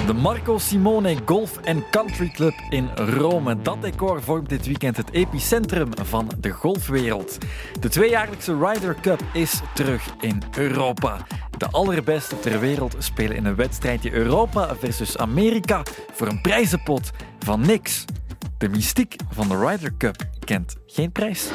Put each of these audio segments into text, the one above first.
De Marco Simone Golf & Country Club in Rome. Dat decor vormt dit weekend het epicentrum van de golfwereld. De tweejaarlijkse Ryder Cup is terug in Europa. De allerbeste ter wereld spelen in een wedstrijdje Europa versus Amerika voor een prijzenpot van niks. De mystiek van de Ryder Cup kent geen prijs.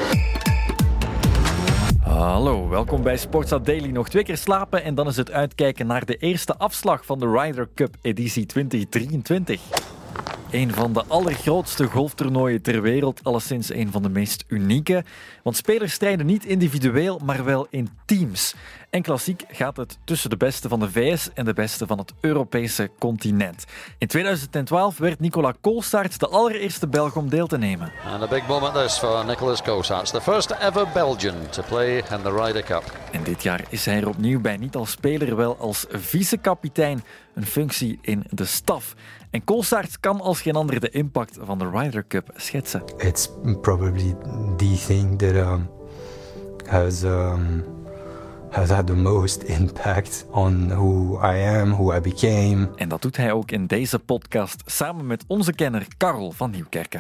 Hallo, welkom bij Sportza Daily. Nog 2 keer slapen en dan is het uitkijken naar de eerste afslag van de Ryder Cup editie 2023. Een van de allergrootste golftoernooien ter wereld, alleszins een van de meest unieke. Want spelers strijden niet individueel, maar wel in teams. En klassiek gaat het tussen de beste van de VS en de beste van het Europese continent. In 2012 werd Nicolas Colsaerts de allereerste Belg om deel te nemen. And a big moment this for Nicolas Colsaerts, the first ever Belgian to play in the Ryder Cup. En dit jaar is hij er opnieuw bij, niet als speler, wel als vice-kapitein, een functie in de staf. En Colsaerts kan als geen ander de impact van de Ryder Cup schetsen. It's probably the thing that has had the most impact on who I am, who I became. En dat doet hij ook in deze podcast samen met onze kenner Karel van Nieuwkerken.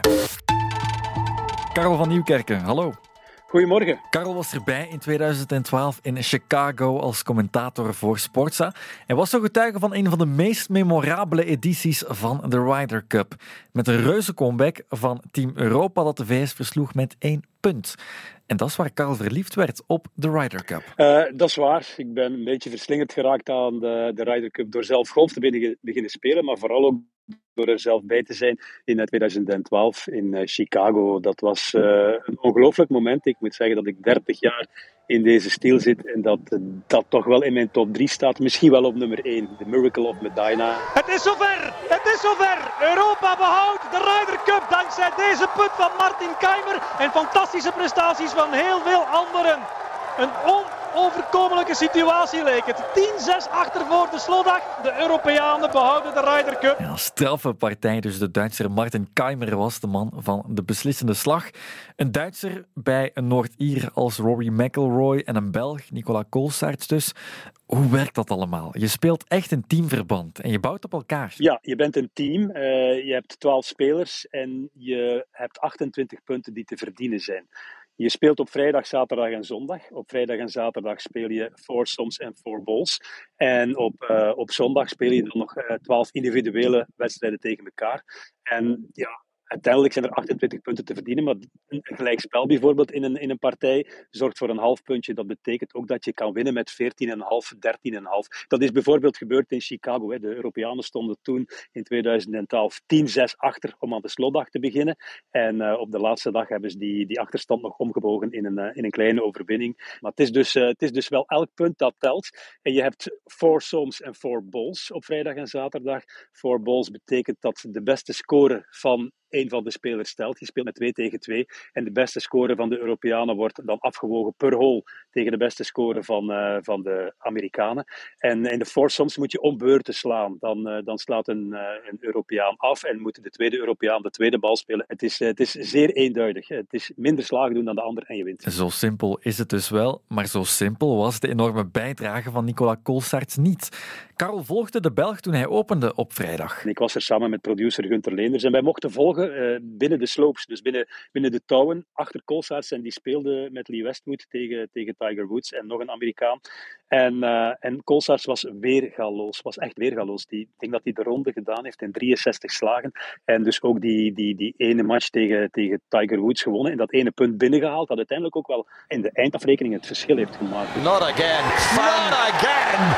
Karel van Nieuwkerken, hallo. Goedemorgen. Karel was erbij in 2012 in Chicago als commentator voor Sportza en was zo getuige van een van de meest memorabele edities van de Ryder Cup. Met een reuze comeback van Team Europa dat de VS versloeg met 1 punt. En dat is waar Karel verliefd werd op de Ryder Cup. Dat is waar. Ik ben een beetje verslingerd geraakt aan de Ryder Cup door zelf golf te beginnen spelen, maar vooral ook door er zelf bij te zijn in 2012 in Chicago. Dat was een ongelooflijk moment. Ik moet zeggen dat ik 30 jaar in deze stil zit en dat toch wel in mijn top 3 staat. Misschien wel op nummer 1, The Miracle of Medina. Het is zover! Het is zover! Europa behoudt de Ryder Cup dankzij deze put van Martin Kaymer en fantastische prestaties van heel veel anderen. Een onoverkomelijke situatie leek het. 10-6 achter voor de slotdag. De Europeanen behouden de Ryder Cup. Ja, straffe partij, dus de Duitser Martin Kaymer was de man van de beslissende slag. Een Duitser bij een Noord-Ier als Rory McIlroy en een Belg, Nicolas Colsaerts dus. Hoe werkt dat allemaal? Je speelt echt een teamverband en je bouwt op elkaar. Ja, je bent een team. Je hebt 12 spelers en je hebt 28 punten die te verdienen zijn. Je speelt op vrijdag, zaterdag en zondag. Op vrijdag en zaterdag speel je foursomes en fourballs. En op zondag speel je dan nog 12 individuele wedstrijden tegen elkaar. En ja, uiteindelijk zijn er 28 punten te verdienen, maar een gelijkspel bijvoorbeeld in een partij zorgt voor een half puntje. Dat betekent ook dat je kan winnen met 14,5, 13,5. Dat is bijvoorbeeld gebeurd in Chicago. Hè. De Europeanen stonden toen in 2012 10-6 achter om aan de slotdag te beginnen. En op de laatste dag hebben ze die achterstand nog omgebogen in een kleine overwinning. Maar het is dus wel elk punt dat telt. En je hebt foursomes en fourballs op vrijdag en zaterdag. Fourballs betekent dat de beste score van één van de spelers stelt. Je speelt met 2 tegen 2. En de beste score van de Europeanen wordt dan afgewogen per hole tegen de beste score van de Amerikanen. En in de foursomes moet je om beurten slaan. Dan slaat een Europeaan af en moet de tweede Europeaan de tweede bal spelen. Het is zeer eenduidig. Het is minder slagen doen dan de ander en je wint. Zo simpel is het dus wel, maar zo simpel was de enorme bijdrage van Nicolas Colsaerts niet. Karel volgde de Belg toen hij opende op vrijdag. Ik was er samen met producer Gunther Leenders en wij mochten volgen binnen de slopes, dus binnen de touwen, achter Colsaerts. En die speelde met Lee Westwood tegen Tiger Woods en nog een Amerikaan. En Colsaerts was weergaloos, was echt weergaloos. Ik denk dat hij de ronde gedaan heeft in 63 slagen. En dus ook die ene match tegen Tiger Woods gewonnen. En dat ene punt binnengehaald, dat uiteindelijk ook wel in de eindafrekening het verschil heeft gemaakt. Not again! Not again!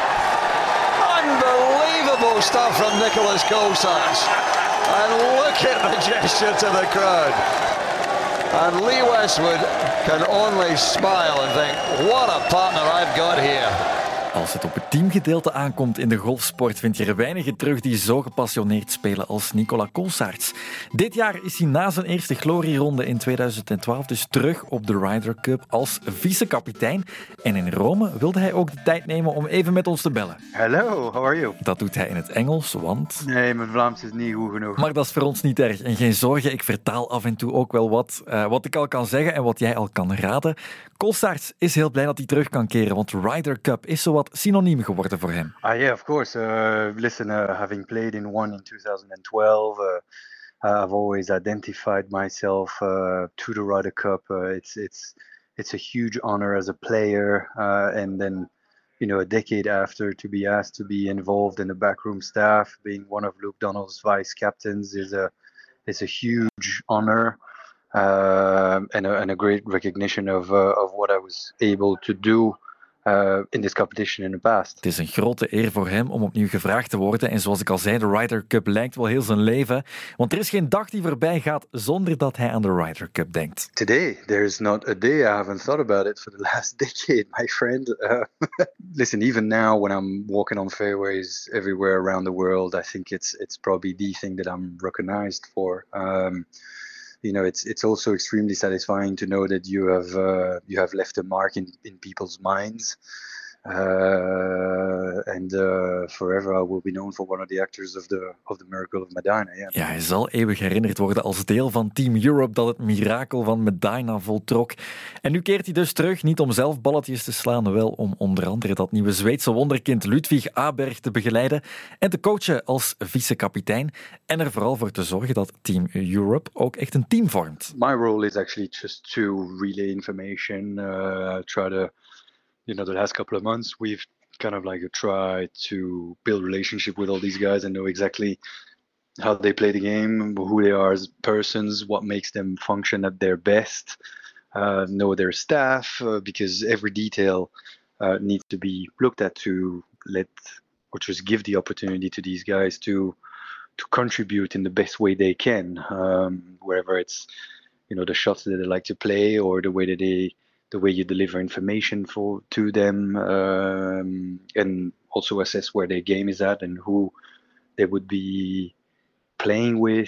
Unbelievable stuff from Nicolas Colsaerts. And look at the gesture to the crowd. And Lee Westwood can only smile and think, what a partner I've got here. Als het op het teamgedeelte aankomt in de golfsport vind je er weinigen terug die zo gepassioneerd spelen als Nicolas Colsaerts. Dit jaar is hij na zijn eerste glorieronde in 2012 dus terug op de Ryder Cup als vice-kapitein. En in Rome wilde hij ook de tijd nemen om even met ons te bellen. Hello, how are you? Dat doet hij in het Engels, want... Nee, mijn Vlaams is niet goed genoeg. Maar dat is voor ons niet erg. En geen zorgen, ik vertaal af en toe ook wel wat ik al kan zeggen en wat jij al kan raden. Colsaerts is heel blij dat hij terug kan keren, want Ryder Cup is zowat wat synoniem geworden voor hem. Yeah, of course. Listen, having played in one in 2012, I've always identified myself to the Ryder Cup. It's a huge honor as a player, and then, a decade after, to be asked to be involved in the backroom staff, being one of Luke Donald's vice captains, is a huge honor, and a great recognition of what I was able to do in this competition in the past. Het is een grote eer voor hem om opnieuw gevraagd te worden. En zoals ik al zei, de Ryder Cup lijkt wel heel zijn leven. Want er is geen dag die voorbij gaat zonder dat hij aan de Ryder Cup denkt. Today, there's not a day I haven't thought about it for the last decade, my friend. Listen, even now when I'm walking on fairways everywhere around the world, I think it's probably the thing that I'm recognized for. It's also extremely satisfying to know that you have left a mark in people's minds, and forever I will be known for one of the actors of the Miracle of Medina. Yeah. Ja, hij zal eeuwig herinnerd worden als deel van Team Europe dat het mirakel van Medina voltrok. En nu keert hij dus terug, niet om zelf balletjes te slaan, wel om onder andere dat nieuwe Zweedse wonderkind Ludwig Aberg te begeleiden en te coachen als vice-kapitein en er vooral voor te zorgen dat Team Europe ook echt een team vormt. My role is actually just to relay information, try to, the last couple of months we've kind of like tried to build relationship with all these guys and know exactly how they play the game, who they are as persons, what makes them function at their best, know their staff, because every detail needs to be looked at to just give the opportunity to these guys to contribute in the best way they can, wherever it's, the shots that they like to play or the way you deliver information to them, and also assess where their game is at and who they would be playing with.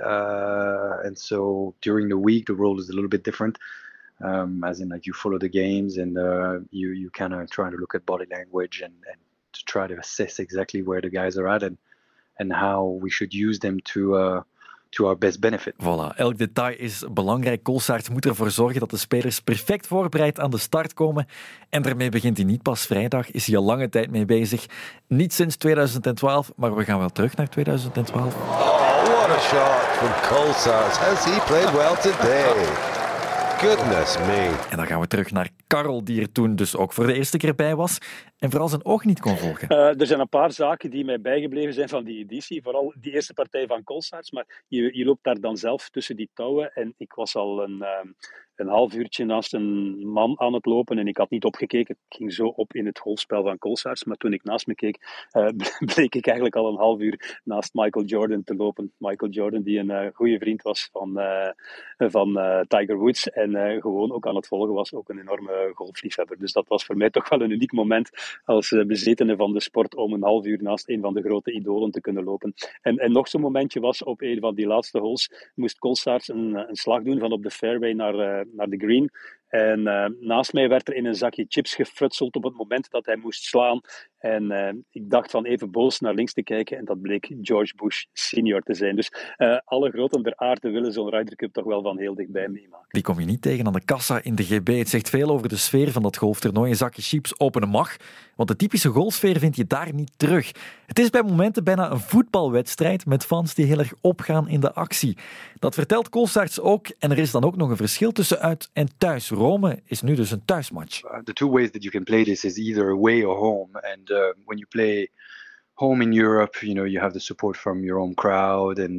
And so during the week, the role is a little bit different, as in like you follow the games and you kind of try to look at body language and to try to assess exactly where the guys are at and how we should use them to our best benefit. Voilà, elk detail is belangrijk. Colsaerts moet ervoor zorgen dat de spelers perfect voorbereid aan de start komen. En daarmee begint hij niet pas vrijdag, is hij al lange tijd mee bezig. Niet sinds 2012, maar we gaan wel terug naar 2012. Oh, what a shot from Colsaerts. Has he played well today? Goodness me. En dan gaan we terug naar Karel, die er toen dus ook voor de eerste keer bij was en vooral zijn oog niet kon volgen. Er zijn een paar zaken die mij bijgebleven zijn van die editie. Vooral die eerste partij van Colsaerts. Maar je loopt daar dan zelf tussen die touwen. En ik was al een half uurtje naast een man aan het lopen en ik had niet opgekeken. Ik ging zo op in het golfspel van Colsaerts. Maar toen ik naast me keek, bleek ik eigenlijk al een half uur naast Michael Jordan te lopen. Michael Jordan, die een goede vriend was van Tiger Woods en gewoon ook aan het volgen was. Ook een enorme golfliefhebber. Dus dat was voor mij toch wel een uniek moment als bezetene van de sport om een half uur naast een van de grote idolen te kunnen lopen. En nog zo'n momentje was op een van die laatste holes moest Colsaerts een slag doen van op de fairway naar de green. En naast mij werd er in een zakje chips gefrutseld op het moment dat hij moest slaan. En ik dacht van even boos naar links te kijken en dat bleek George Bush senior te zijn. Dus alle groten der aarde willen zo'n Ryder Cup toch wel van heel dichtbij meemaken. Die kom je niet tegen aan de kassa in de GB. Het zegt veel over de sfeer van dat golftoernooi. Een zakje chips openen mag, want de typische golfsfeer vind je daar niet terug. Het is bij momenten bijna een voetbalwedstrijd met fans die heel erg opgaan in de actie. Dat vertelt Colsaerts ook en er is dan ook nog een verschil tussen uit en thuis. Rome is nu dus een thuismatch. The two ways that you can play this is either away or home. And when you play home in Europe, you have the support from your own crowd, and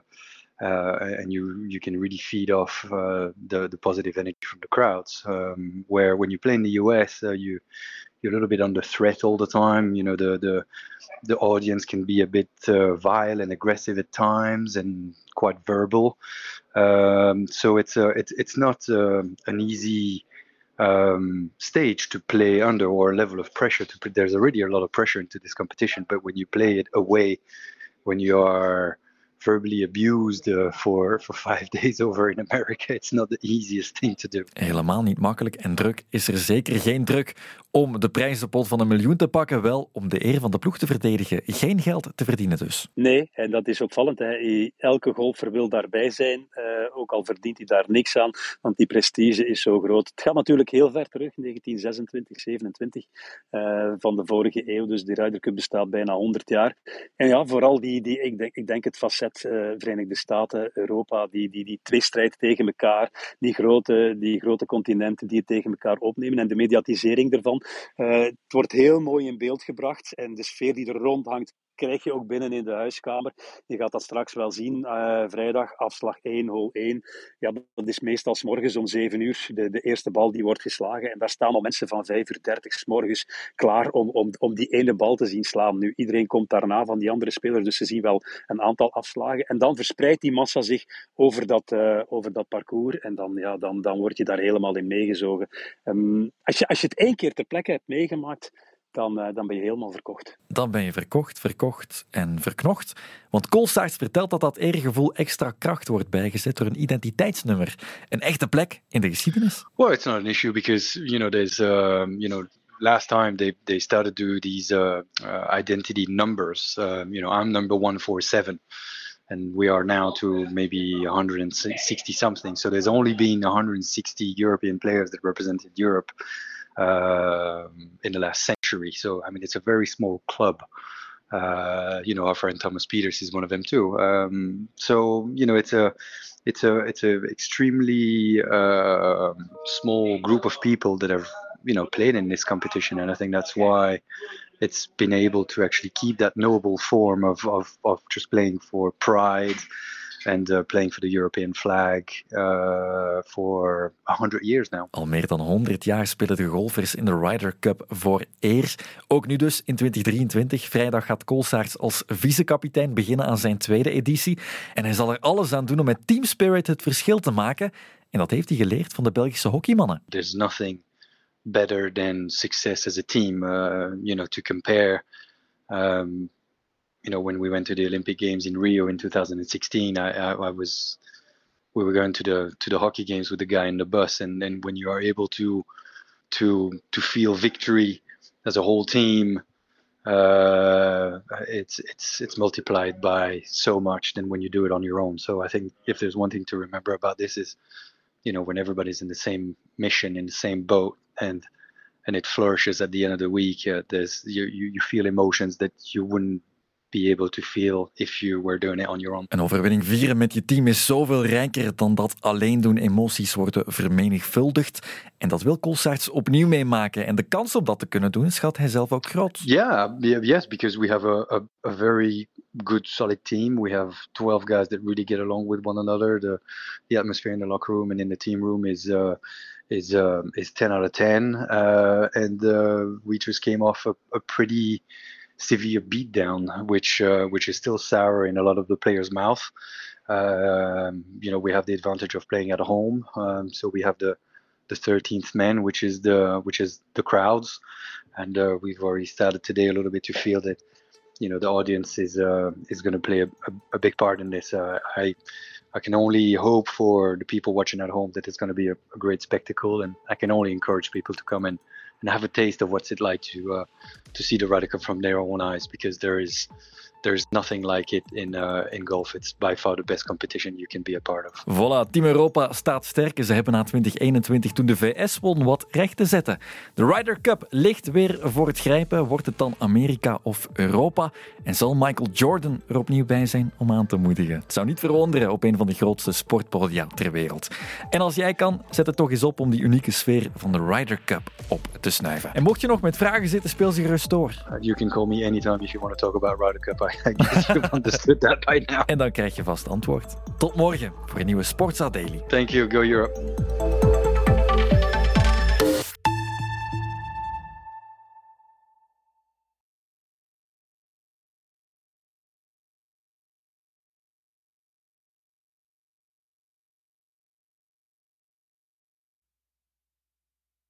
you can really feed off the positive energy from the crowds. Where when you play in the US, you're a little bit under threat all the time. The audience can be a bit vile and aggressive at times, and quite verbal. So it's not an easy stage to play under, or a level of pressure there's already a lot of pressure into this competition, but when you play it away, when you are verbally abused for 5 days over in America. It's not the easiest thing to do. Helemaal niet makkelijk en druk is er zeker geen druk om de prijzenpot van $1 miljoen te pakken, wel om de eer van de ploeg te verdedigen. Geen geld te verdienen dus. Nee, en dat is opvallend. Hè. Elke golfer wil daarbij zijn, ook al verdient hij daar niks aan, want die prestige is zo groot. Het gaat natuurlijk heel ver terug, 1926, 27 van de vorige eeuw, dus de Ryder Cup bestaat bijna 100 jaar. En ja, vooral ik denk het facet Verenigde Staten, Europa, die tweestrijd tegen elkaar, die grote continenten die het tegen elkaar opnemen en de mediatisering ervan. Het wordt heel mooi in beeld gebracht en de sfeer die er rond hangt krijg je ook binnen in de huiskamer. Je gaat dat straks wel zien. Vrijdag, afslag 1, hole 1. Ja, dat is meestal 's morgens om 7 uur. De eerste bal die wordt geslagen. En daar staan al mensen van 5:30 's morgens klaar om die ene bal te zien slaan. Nu, iedereen komt daarna van die andere spelers, dus ze zien wel een aantal afslagen. En dan verspreidt die massa zich over dat parcours. En dan word je daar helemaal in meegezogen. Als je het 1 keer ter plekke hebt meegemaakt, dan ben je helemaal verkocht. Dan ben je verkocht en verknocht. Want Colsaerts vertelt dat eergevoel extra kracht wordt bijgezet door een identiteitsnummer. Een echte plek in de geschiedenis. Well, it's not an issue because, there's, last time they started to do these identity numbers. I'm number 147. And we are now to maybe 160 something. So there's only been 160 European players that represented Europe in the last century. So, I mean, it's a very small club. Our friend Thomas Pieters is one of them too. It's a extremely small group of people that have, played in this competition. And I think that's why it's been able to actually keep that noble form of just playing for pride and playing for the European flag for 100 years now. Al meer dan 100 jaar spelen de golfers in de Ryder Cup voor eer. Ook nu dus in 2023. Vrijdag gaat Colsaerts als vice-kapitein beginnen aan zijn tweede editie. En hij zal er alles aan doen om met team spirit het verschil te maken. En dat heeft hij geleerd van de Belgische hockeymannen. There's nothing better than success as a team. To compare... when we went to the Olympic Games in Rio in 2016, we were going to the hockey games with the guy in the bus, and when you are able to feel victory as a whole team, it's multiplied by so much than when you do it on your own. So I think if there's one thing to remember about this is, when everybody's in the same mission, in the same boat, and it flourishes at the end of the week, you feel emotions that you wouldn't be able to feel if you were doing it on your own. Een overwinning vieren met je team is zoveel rijker dan dat alleen doen. Emoties worden vermenigvuldigd. En dat wil Colsaerts opnieuw meemaken. En de kans om dat te kunnen doen, schat hij zelf ook groot. Yes, because we have a very good, solid team. We have 12 guys that really get along with one another. The atmosphere in the locker room and in the team room is 10 out of 10. And we just came off a pretty severe beatdown, which is still sour in a lot of the players' mouth. We have the advantage of playing at home, so we have the 13th man, which is the crowds, and we've already started today a little bit to feel that the audience is going to play a big part in this. I can only hope for the people watching at home that it's going to be a great spectacle, and I can only encourage people to come and have a taste of what's it like to see the Ryder Cup from their own eyes, because there's nothing like it in golf. It's by far the best competition you can be a part of. Voilà, Team Europa staat sterk. Ze hebben na 2021, toen de VS won, wat recht te zetten. De Ryder Cup ligt weer voor het grijpen. Wordt het dan Amerika of Europa? En zal Michael Jordan er opnieuw bij zijn om aan te moedigen? Het zou niet verwonderen op een van de grootste sportpodia ter wereld. En als jij kan, zet het toch eens op om die unieke sfeer van de Ryder Cup op te snuiven. En mocht je nog met vragen zitten, speel ze gerust door. You can call me anytime if you want to talk about Ryder Cup. I guess you've understood that by now. En dan krijg je vast antwoord. Tot morgen voor een nieuwe Sportza Daily. Thank you. Go Europe.